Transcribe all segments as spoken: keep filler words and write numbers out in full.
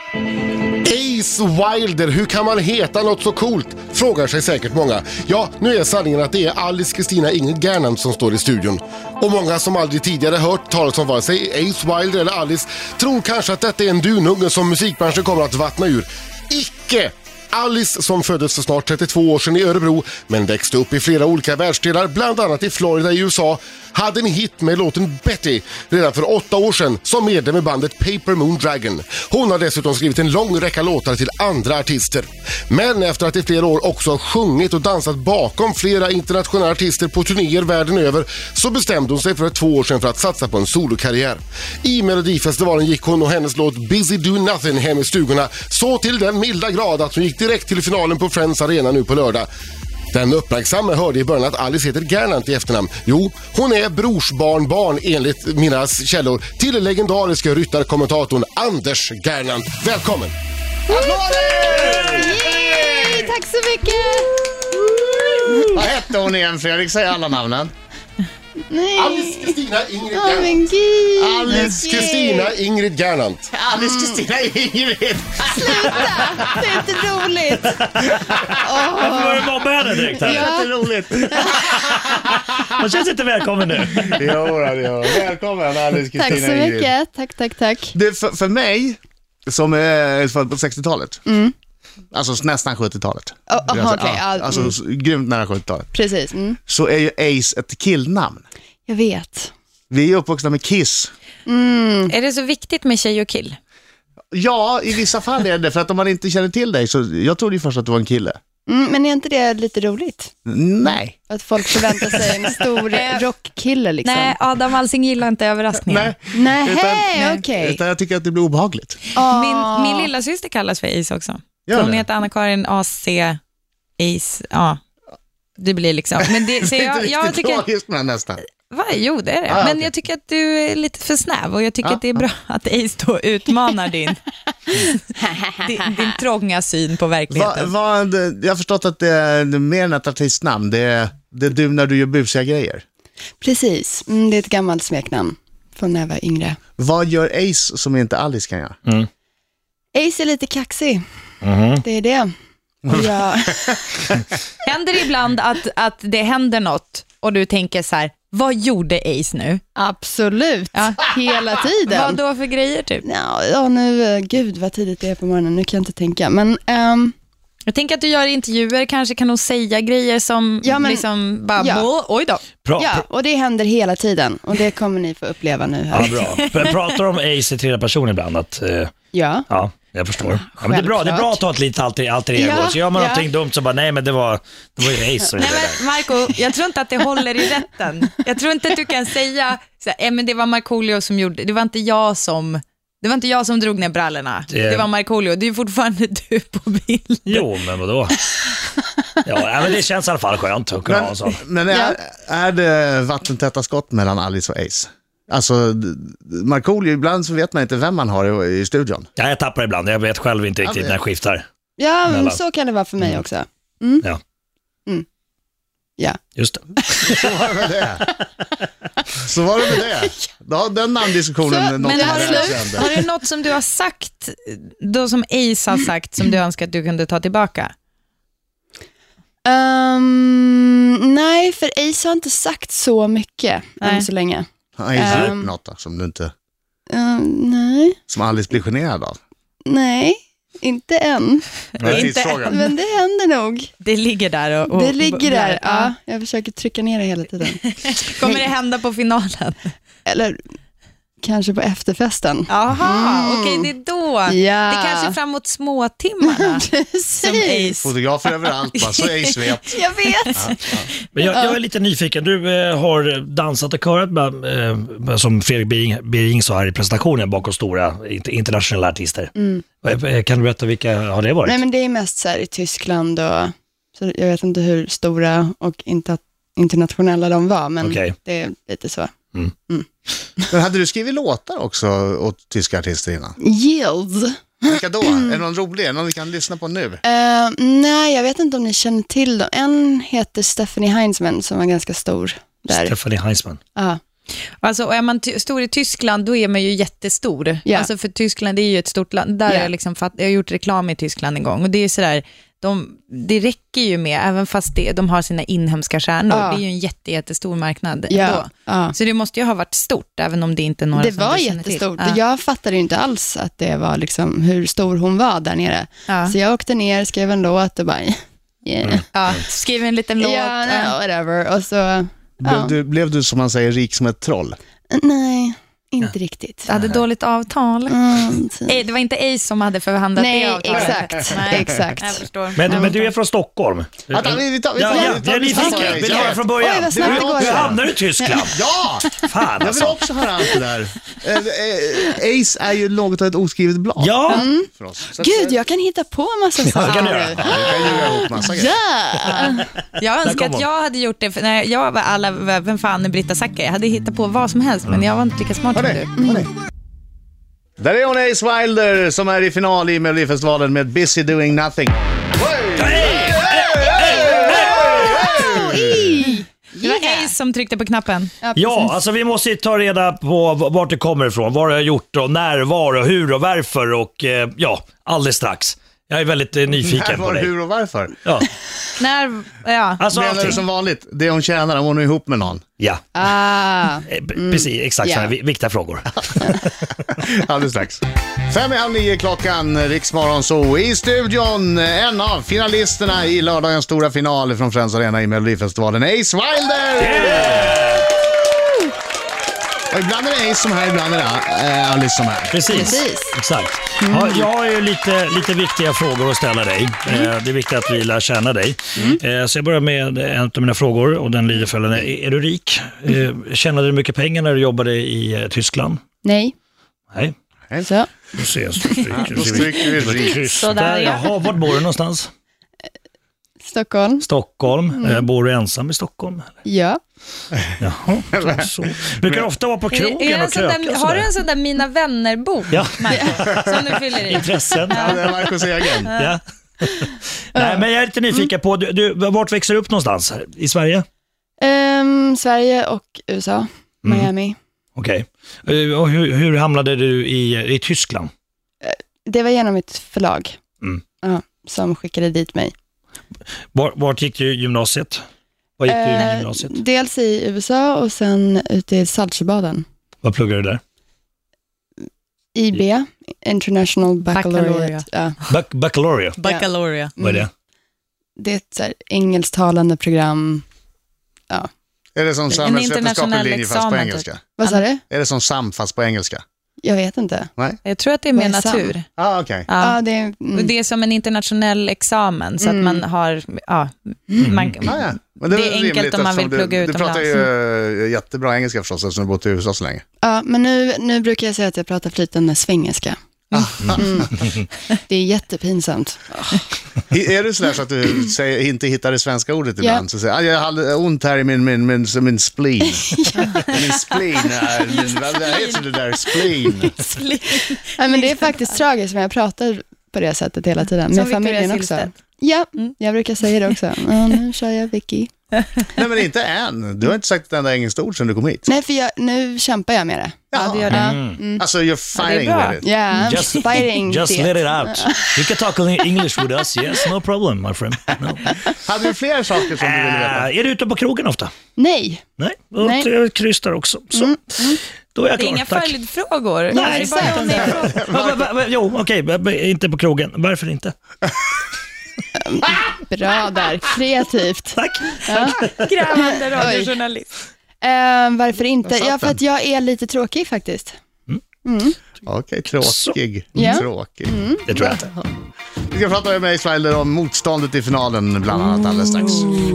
Ace Wilder, hur kan man heta något så coolt? Frågar sig säkert många. Ja, nu är sanningen att det är Alice Kristina Ingrid Gernandt som står i studion. Och många som aldrig tidigare hört talas om vare sig Ace Wilder eller Alice tror kanske att detta är en dununge som musikbranschen kommer att vattna ur. Icke! Alice, som föddes för snart trettiotvå år sedan i Örebro men växte upp i flera olika världsdelar, bland annat i Florida i U S A, hade en hit med låten Betty redan för åtta år sedan som medlem i bandet Paper Moon Dragon. Hon har dessutom skrivit en lång räcka låtar till andra artister. Men efter att i flera år också har sjungit och dansat bakom flera internationella artister på turnéer världen över så bestämde hon sig för två år sedan för att satsa på en solokarriär. I Melodifestivalen gick hon och hennes låt Busy Do Nothing hem i stugorna så till den milda grad att hon gick direkt till finalen på Friends Arena nu på lördag. Den uppmärksamma hörde i början att Alice heter Gernandt i efternamn. Jo, hon är brorsbarnbarn enligt mina källor till den legendariska ryttarkommentatorn Anders Gernandt. Välkommen! Yay, tack så mycket! Vad hette hon igen, Fredrik? Säg alla namnen. Nej. Alice Kristina Ingrid Åh, Gernandt. men gud. Alice Kristina Ingrid Gernandt. Alice Kristina Ingrid. Sluta, det är inte roligt. Varför var det mobba henne direkt här? Det är inte roligt. Man känns inte välkommen nu. Jo, jo. Välkommen Alice Kristina Tack så Ingrid. mycket, tack, tack, tack. Det för, för mig, som är född på sextiotalet, mm. alltså nästan sjuttiotalet. Oh, oh, okay. ja, alltså mm. grymt nära sjuttiotalet. Precis. Mm. Så är ju Ace ett killnamn. Jag vet. Vi är uppvuxna med Kiss. Mm. Är det så viktigt med tjej och kill? Ja, i vissa fall är det. För att om man inte känner till dig så jag trodde ju först att du var en kille. Mm, men är inte det lite roligt? Nej. Att folk förväntar sig en stor rockkille liksom. Nej, Adam Alsing gillar inte överraskningar. Nej. Nej, Utan- okej. Okay. Utan jag tycker att det blir obehagligt. Oh. Min, min lilla syster kallas för Ace också. Gör Så hon det? heter Anna-Karin A C Ace. Ja, det blir liksom. Men det, så Det är jag, inte jag riktigt tycker... tragiskt men nästan. Va? Jo, det är det. Ah, Men okej. jag tycker att du är lite för snäv och jag tycker Ja, att det är bra att Ace då utmanar din, din, din trånga syn på Va, verkligheten. va, det- jag har förstått att det är mer än ett artistnamn. Det är, det är du när du gör busiga grejer. Precis, mm, det är ett gammalt smeknamn från när jag var yngre. Vad gör Ace som inte Alice kan göra? Mm. Ace är lite kaxig, Mm. det är det. Och jag... Händer det ibland att, att det händer något och du tänker så här, vad gjorde Ace nu? Absolut, Ja. hela tiden. Vad då för grejer typ? Ja, ja, nu, eh, gud vad tidigt det är på morgonen, nu kan jag inte tänka. Men ehm, Jag tänker att du gör intervjuer, kanske kan hon säga grejer som Ja, men- liksom bara, ja. oj då. Pra, ja, och det händer hela tiden. Och det kommer ni få uppleva nu här. ja, bra. Men pratar om Ace i tredje person ibland? Att, eh, Ja. ja, jag förstår. Ja, men det är bra, det är bra att ta ett litet alter, alter ego. Ja, Så gör man ja. någonting dumt så bara, nej men det var, det var ju Ace som Nej gjorde det men där. Marco, jag tror inte att det håller i rätten. Jag tror inte att du kan säga så här, eh, men det var Markoolio som gjorde, det var inte jag som det var inte jag som drog ner brallorna. Det- Det var Markoolio, det är ju fortfarande du på bild. Jo, men vadå? Ja, ja, men det känns i alla fall skönt att kunna ha en sån. Men, men är, är det vattentäta skott mellan Alice och Ace? Alltså, d- Markoolio, ibland så vet man inte vem man har i, i studion. Ja, jag tappar ibland, jag vet själv inte riktigt när jag skiftar. Ja, men Mellan. så kan det vara för mig också. Ja. Mm. Ja. Just det. Så var det med det. Så var det med det. Då, den namndiskussionen Så, är något Men som har jag du, kände. har du något som du har sagt, då som Ace har sagt, som du önskar att du kunde ta tillbaka? Um, nej, för Ace har inte sagt så mycket Nej. än så länge. Har Ace Ehm. gjort något då, som du inte, Um, nej, som Alice blir generad av? nej, inte än. Det är en Inte tidsfråga. Men det händer nog. Det ligger där och... och Det ligger där, ja. ja. Jag försöker trycka ner det hela tiden. Kommer det hända på finalen? Eller kanske på efterfesten. Jaha, okej, det är då. Ja. Det är kanske framåt småtimmarna som Precis. Ace. Fotografer överallt, bara så Ace vet. Jag vet. Men jag, jag är lite nyfiken, du eh, har dansat och körat med, eh, som Fredrik Bering, Bering sa här i presentationen bakom stora int- internationella artister. Mm. Eh, Kan du berätta vilka har det varit? Nej, men det är mest så här i Tyskland och så jag vet inte hur stora och inte internationella de var, men Okej. det är lite så. Men hade du skrivit låtar också åt tyska artister innan? Yield. Vilka då? Är det någon rolig? Är det någon vi kan lyssna på nu? Uh, nej, jag vet inte om ni känner till dem. En heter Stephanie Heinzman som var ganska stor där. Stephanie Heinzman. Ja. Alltså, och är man ty- stor i Tyskland, då är man ju jättestor. Ja. Alltså, för Tyskland, det är ju ett stort land. Där Ja. har jag, liksom fatt, jag har gjort reklam i Tyskland en gång. Och det är sådär, de, det räcker ju med, även fast det, de har sina inhemska stjärnor. Ja. Det är ju en jätte, jättestor marknad Ja. ändå. Ja. Så det måste ju ha varit stort, även om det inte är några Det som var du känner jättestort. till. Ja. Jag fattade ju inte alls att det var liksom hur stor hon var där nere. Ja. Så jag åkte ner, skrev en låt och bara, yeah. Ja, skriv en liten låt. Ja, no, Ja. whatever. Och så, Blev, ja. du, blev du, som man säger, rik som ett troll? Nej, inte riktigt. Jag hade dåligt avtal. Mm, typ. Eh, Det var inte Ace som hade förhandlat det Nej, avtalet. exakt. Nej, exakt. jag förstår. Men, men du är från Stockholm? Vänta, vi, vi tar, vi tar, Ja, vi ja, tar, jag är vi tar- nyfiken. Vill du höra från början? Oj, vad snabbt det går. Hur hamnar du i Tyskland? Ja! Fan Jag vill alltså. också höra allt det där. Eh, eh, Ace är ju något av ett oskrivet blad Ja, för oss. Så att- Gud, jag kan hitta på massa det saker. kan du göra. Ja, vi kan ljuga ihop massa grejer. Ja! Jag önskar kom att hon. jag hade gjort det, för när jag var alla, vem fan är Britta Zackari? Jag hade hittat på vad som helst, men jag var inte lika smart som Hörrni, du. hörni. Där är hon, Ace Wilder, som är i final i Melodifestivalen med Busy Doing Nothing. Det var Ace som tryckte på knappen. ja, alltså vi måste ju ta reda på v- vart det kommer ifrån, vad du har gjort och när, var och hur och varför och eh, ja, alldeles strax. Jag är väldigt eh, Här nyfiken på var dig. hur och varför. Ja, När, ja. alltså Menar du allting. som vanligt, det hon tjänar om hon är ihop med någon? Ja, Ah. eh, p- precis, exakt Ja. sådana vi- viktiga frågor. Alldeles strax. Fem i halv nio klockan, Riksmorgon så i studion. En av finalisterna i lördagens stora final från Friends Arena i Melodifestivalen, Ace Wilder! Och ibland är det Ace som här, ibland är det äh, Alice som här. Precis, Precis. exakt. Ja, jag har ju lite, lite viktiga frågor att ställa dig. Eh, det är viktigt att vi lär känna dig. Eh, så jag börjar med en av mina frågor och den lyder följande. Är, är du rik? Eh, tjänade du mycket pengar när du jobbade i eh, Tyskland? Nej. Nej. Så. Då ser jag, så stryker, Då stryker vi rik. kryss. Sådär, Där, ja. jaha, vart bor du någonstans? Stockholm. Stockholm. Eh, bor du ensam i Stockholm? Ja. Jaha, så. Brukar du ofta vara på Är, är krogen en och sån kröka där, och har du sådär? en sån där Mina vänner-bok, Ja. Marco, som du fyller i? Intressen. Ja, det är Marcos egen. Ja. Nej, men jag är lite nyfiken på, du, du, vart växer du upp någonstans? I Sverige? Ehm, Sverige och U S A. Miami. Okej. Eh, Och hur, hur hamnade du i, i Tyskland? Det var genom ett förlag Mm. ja, som skickade dit mig. Var, vart gick du i gymnasiet? Var gick du i Eh, gymnasiet? dels i U S A och sen ute i Saltsjöbaden. Vad pluggade du där? I B, International Baccalaureate. Baccalaureate. Ja, Bac- Baccalaureate. Baccalaureate. Vad är det? det är ett så här engelsktalande program. Ja. Är det som samhällsvetenskaplig internationell linje fast på examen, engelska? Vad sa du? Är det som SAM fast på engelska? Jag vet inte. Jag tror att det är mer Vad är natur. sam? Ah, okej. Ja. Ja, det är... Och Mm. det är som en internationell examen, så att man har, ja, man, Ah, ja. Men Det är väl enkelt rimligt om man vill eftersom plugga du, du pratar ju eh, jättebra engelska förstås eftersom du bott i U S A så länge. Ja, men nu, nu brukar jag säga att jag pratar flytande svengelska. Mm. Det är jättepinsamt. I- Är det sådär så att du säger, inte hittar det svenska ordet ibland? Ja. Så säger ah, jag hade ont här i min, min, min, min spleen. Min spleen är, min, vad heter det där, spleen? Nej, men det är faktiskt tragiskt, men jag pratar på det sättet hela tiden. Som Med Victoria familjen också. Silvstedt. Ja, jag brukar säga det också. Ja, nu kör jag Vicky. Nej men inte än. Du har inte sagt ett enda engelskt ord sedan du kom hit. Nej, för jag, nu kämpar jag med det. ja, det gör det. Mm. Alltså you're fighting bra. with it. Yeah, Just- fighting Just det. let it out. You can talk English with us. Yes, no problem, my friend. No. Hade du fler saker som du ville veta? Äh, är du ute på krogen ofta? Nej. Nej, och Nej. jag kryssar också. Så. Då är jag Det är klar. inga Tack. följdfrågor. Nej, Det är bara exakt. om det är frågor. Va, va, va, jo, okej, okay, inte på krogen. Varför inte? Bra där, kreativt. Tack. Grävande radiojournalist. Eh, varför inte? Där satt Ja, för den. att jag är lite tråkig faktiskt. Okej, tråkig. Ja. Tråkig. Det tror jag inte. Vi ska prata med Ace Wilder om motståndet i finalen bland annat alldeles strax.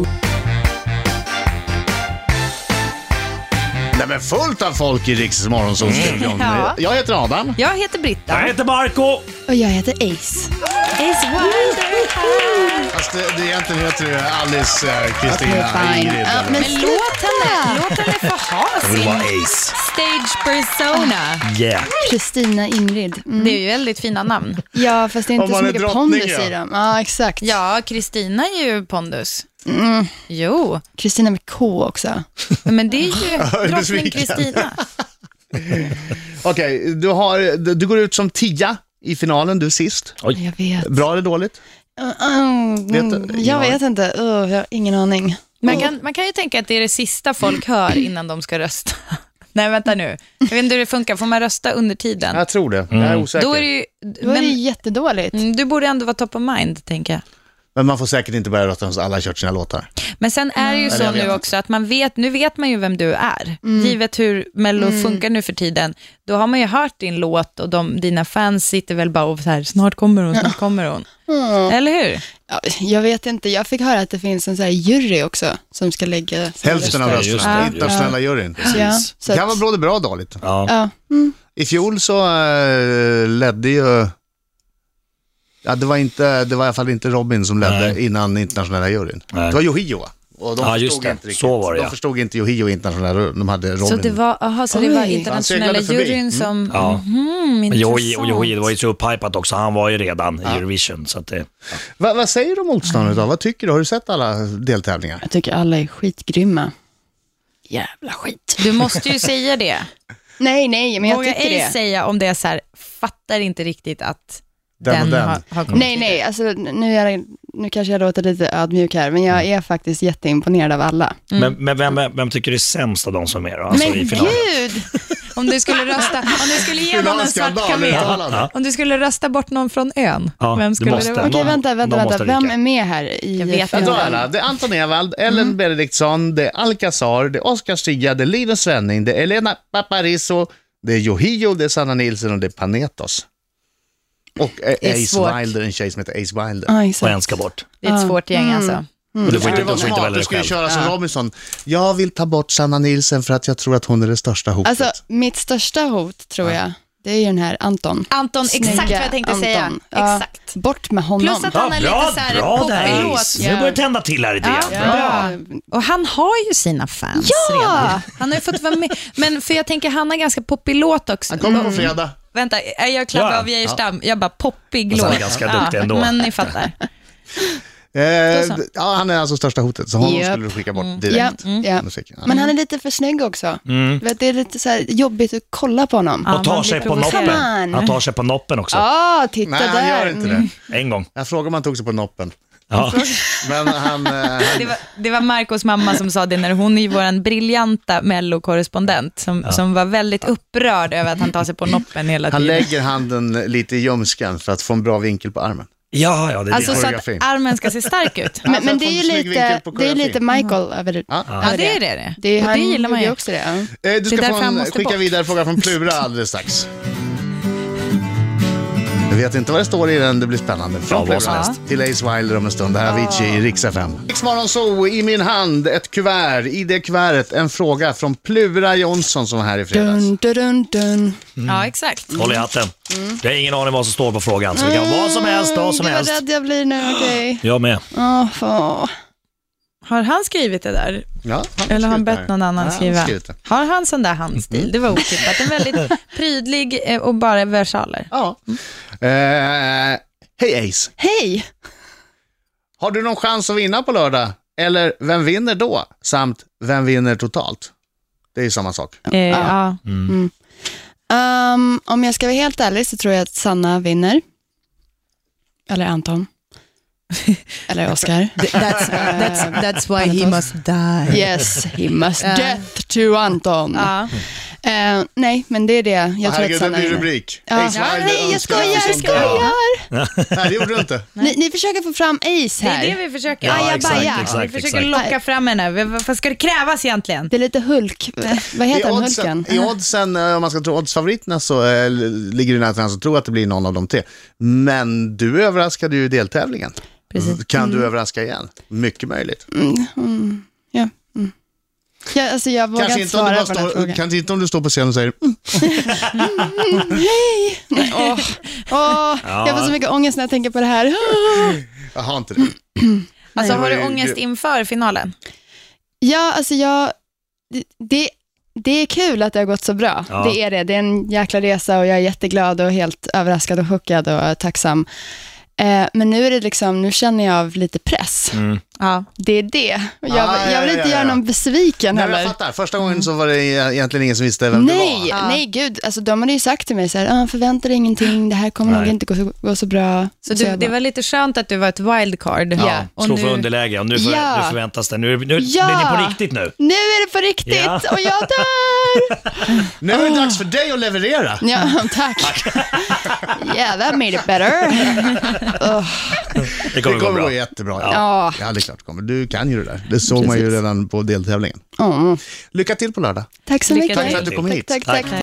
Nej men fullt av folk i Riks Morgonzoo-studion. Ja. Jag heter Adam. Jag heter Britta. Jag heter Marco. Och jag heter Ace. Ace Wilder här. Fast det, det egentligen heter ju Alice uh, Kristina Okej, fine. Ingrid. Ja, eller- men Men låt henne, låt henne få ha Jag vill sin vara Ace. stage persona. Yeah. Kristina Ingrid. Mm. Det är ju väldigt fina namn. Ja, fast det är Om inte man så är mycket drottning, pondus ja. i dem. Ja, exakt. Ja, Kristina är ju pondus. Mm. Jo, Kristina med K också. men det är ju drottning besviken. Kristina. Okej, du, har, du, du går ut som tia i finalen, du sist. Jag vet. Bra eller dåligt? Mm, Vet du? mm, jag vet inte. Uh, jag har ingen aning. Man kan, man kan ju tänka att det är det sista folk hör innan de ska rösta. Nej, vänta nu. Jag vet inte hur det funkar. Får man rösta under tiden? Jag tror det, jag är osäker. Då är det ju... Då är det Men jättedåligt. mm, du borde ändå vara top of mind, tänker jag. Men man får säkert inte börja rösta hos alla har kört sina låtar. Men sen är det ju Eller så jag vet nu inte. också att man vet, nu vet man ju vem du är. Givet hur Mello funkar nu för tiden, då har man ju hört din låt och de, dina fans sitter väl bara och så här, snart kommer hon, snart kommer hon. Eller hur? Ja, jag vet inte. Jag fick höra att det finns en så här jury också som ska lägga... sina Hälften av röster. rösterna, Ja. internationella juryn. Ja, så Det kan att, vara både bra och dåligt. Ja. ja. Mm. I fjol så uh, ledde ju... Ja, det var, inte, det var i alla fall inte Robin som ledde Nej. innan internationella juryn. Nej. Det var Yohio, va? Och de Ja, just förstod det. inte riktigt. Så var det, De ja. förstod inte Yohio internationella juryn. De hade Robin. Så det var, aha, så det var Oj. internationella Han seglade förbi. juryn som... Ja. Mm, Men Joey, intressant. och Joey, det var ju så upphypat också. Han var ju redan i Eurovision. Så att det, Va, vad säger du om motståndet då? Vad tycker du? Har du sett alla deltävlingar? Jag tycker alla är skitgrymma. Jävla skit. Du måste ju säga det. Nej, nej, men jag Våga tycker ej det. säga om det är så här, fattar inte riktigt att Den den, och den. har, har kommit Nej, nej, alltså nu, är jag, nu kanske jag låter lite ödmjuk här, men jag är faktiskt jätteimponerad av alla. Men, men vem, vem tycker du är sämst av de som är med då? Alltså men i finalen? gud! Om du skulle rösta, om du skulle ge någon en svart Finalskandal, kamel, uttalande. om du skulle rösta bort någon från ön, Ja, vem du skulle måste. det vara? Okej, Någon- vänta, vänta, någon måste vänta. Vem ryka. är med här i Jag vet Jag drar finalen? alla. Det är Anton Ewald, Ellen Benediktsson, det är Alcazar, det är Oscar Sia, det är Linus Svenning, det är Elena Paparizou, det är Yohio, det är Sanna Nilsson och det är Panetos. Och eh, Det är Ace svårt. Wilder, en tjej som heter Ace Wilder. Ja, Och en exakt. ska bort. Det är ett svårt gäng alltså. Men du får Det inte, var du får inte smart, välja du dig skulle själv. köra som Robinson. Jag vill ta bort Sanna Nilsson för att jag tror att hon är det största hotet. Alltså, mitt största hot, tror jag, det är ju den här Anton. Anton, Snygga exakt vad jag tänkte Anton. säga. Ja, Exakt. bort med honom. Plus att Ja, han är bra, lite så här bra där poppig låt. Ace. Nu börjar det tända till här lite Ja. grann. Ja. Och han har ju sina fans Ja! redan. Han har ju fått vara med. Men för jag tänker, han har ganska poppig låt också. Han kommer på fredag. Vänta, är jag Klabbe Ja. av Geijerstam? Jag bara poppig Fast låt. han är ganska duktig ändå. Men ni fattar. Eh, så. d- ja, han är alltså största hotet, så honom Japp. skulle du skicka bort Ja, direkt. ja. Musik. Ja. Men han är lite för snygg också. Mm. Du vet, det är lite så här jobbigt att kolla på honom. Ja, Och tar man sig blir på provocerad. noppen. Come on. Han tar sig på noppen också. Ja, titta Nej, han där. gör inte Mm. det. En gång. Jag frågade om han tog sig på noppen. Ja. Men han... eh, han Det var, det var Marcos mamma som sa det, när hon är ju vår briljanta mellokorrespondent som, som var väldigt upprörd över att han tar sig på noppen hela han tiden. lägger handen lite i ljumsken för att få en bra vinkel på armen. Ja, ja, det är Alltså det. så att koreografin. armen ska se stark ut. Men, Alltså, men att det få är ju en snygg lite, vinkel på det är lite koreografin. Michael över det. Ja. Ja, det är det. det. Det, är, Och han det gillar man gjorde ju. också det. Eh, Du Det är ska därför få han en, måste skicka bort. vidare en fråga från Plura alldeles strax. Jag vet inte vad det står i den, det blir spännande. Från Ja, vad som Plura helst. till Ace Wilder om en stund. Det här är Avicii i Rix F M. Riksmorgon så i min hand, ett kuvert. I det kuvertet en fråga från Plura Jonsson som var här i fredags. Dun, dun, dun, dun. Ja, exakt. Håll i hatten. Jag har ingen aning vad som står på frågan, så det kan vara vad som helst, vad som Gud vad helst. rädd jag blir nu, okej. Jag med. Åh, fan. Har han skrivit det där? Ja, Eller har han skrivit bett det. någon annan Ja, han har skriva? skrivit det. Har han sån där handstil? Det var otippat. En väldigt prydlig eh, och bara versaler. Ja. Eh, Hej Ace, Hej! har du någon chans att vinna på lördag? Eller vem vinner då? Samt vem vinner totalt? Det är ju samma sak. Eh, ja. Um, om jag ska vara helt ärlig så tror jag att Sanna vinner. Eller Anton. Eller Oscar. That's, that's, that's why he must die. Yes, he must Ja. death to Anton. Ja. Eh, nej, men det är det. Jag tror att Herregud, det Sanna blir vinner. rubrik. Ja. Ace Ja, Wilder nej, jag önskar skojar, jag Andersson död. skojar. Nej, det gjorde du inte. Ni, ni försöker få fram Ace Det här. är det vi försöker. Ja, Aja, exakt, baja. exakt, vi försöker exakt. locka fram henne. Vad vad ska det krävas egentligen? Det är lite Hulk. Eh, Vad heter I den, oddsen, Hulken? I oddsen, eh, om man ska tro oddsfavoriterna så äh, ligger det nära till hands att tro att det blir någon av de tre. Men du överraskade ju i deltävlingen. Precis. Kan du överraska igen? Mycket möjligt. Mm, mm, ja. Mm. Jag, alltså jag vågar Kanske inte inte, om du svara bara på den står, frågan. kanske inte om du står på scenen och säger mm. Hej! Nej, åh, åh, jag får så mycket ångest när jag tänker på det här. Jag har inte det. Alltså, har du Nej. ångest inför finalen? Ja, alltså jag... Det, det är kul att det har gått så bra. Ja. Det är det. Det är en jäkla resa och jag är jätteglad och helt överraskad och chockad och tacksam. Eh, men nu är det liksom, nu känner jag av lite press. Mm. Ja. Det är det. Och jag, Ah, jag vill ja, inte ja, göra ja. någon besviken Nej, men jag heller. fattar. Första gången så var det egentligen ingen som visste vem Nej, det var. Ja. nej gud. Alltså, de hade ju sagt till mig så här, ah, förvänta dig ingenting, det här kommer Nej. nog inte gå så, gå så bra. Så Så du, jag det bara, var lite skönt att du var ett wildcard. Ja. Och Slå för nu, underläge och nu, för, Ja. nu förväntas det. Nu, nu Ja. blir ni på riktigt nu. nu är det på riktigt Ja. och jag dör! Nu är det dags för dig att leverera. Ja, tack. Yeah, that made it better. Oh, Det kommer, Det gå kommer bra. gå jättebra. ja. Ja, det är klart det kommer. Du kan ju det där. Det såg man ju Precis. redan på deltävlingen. Oh. Lycka till på lördag. Tack så Lycka mycket. till. Tack för att du kom tack, hit. tack, Tack. tack.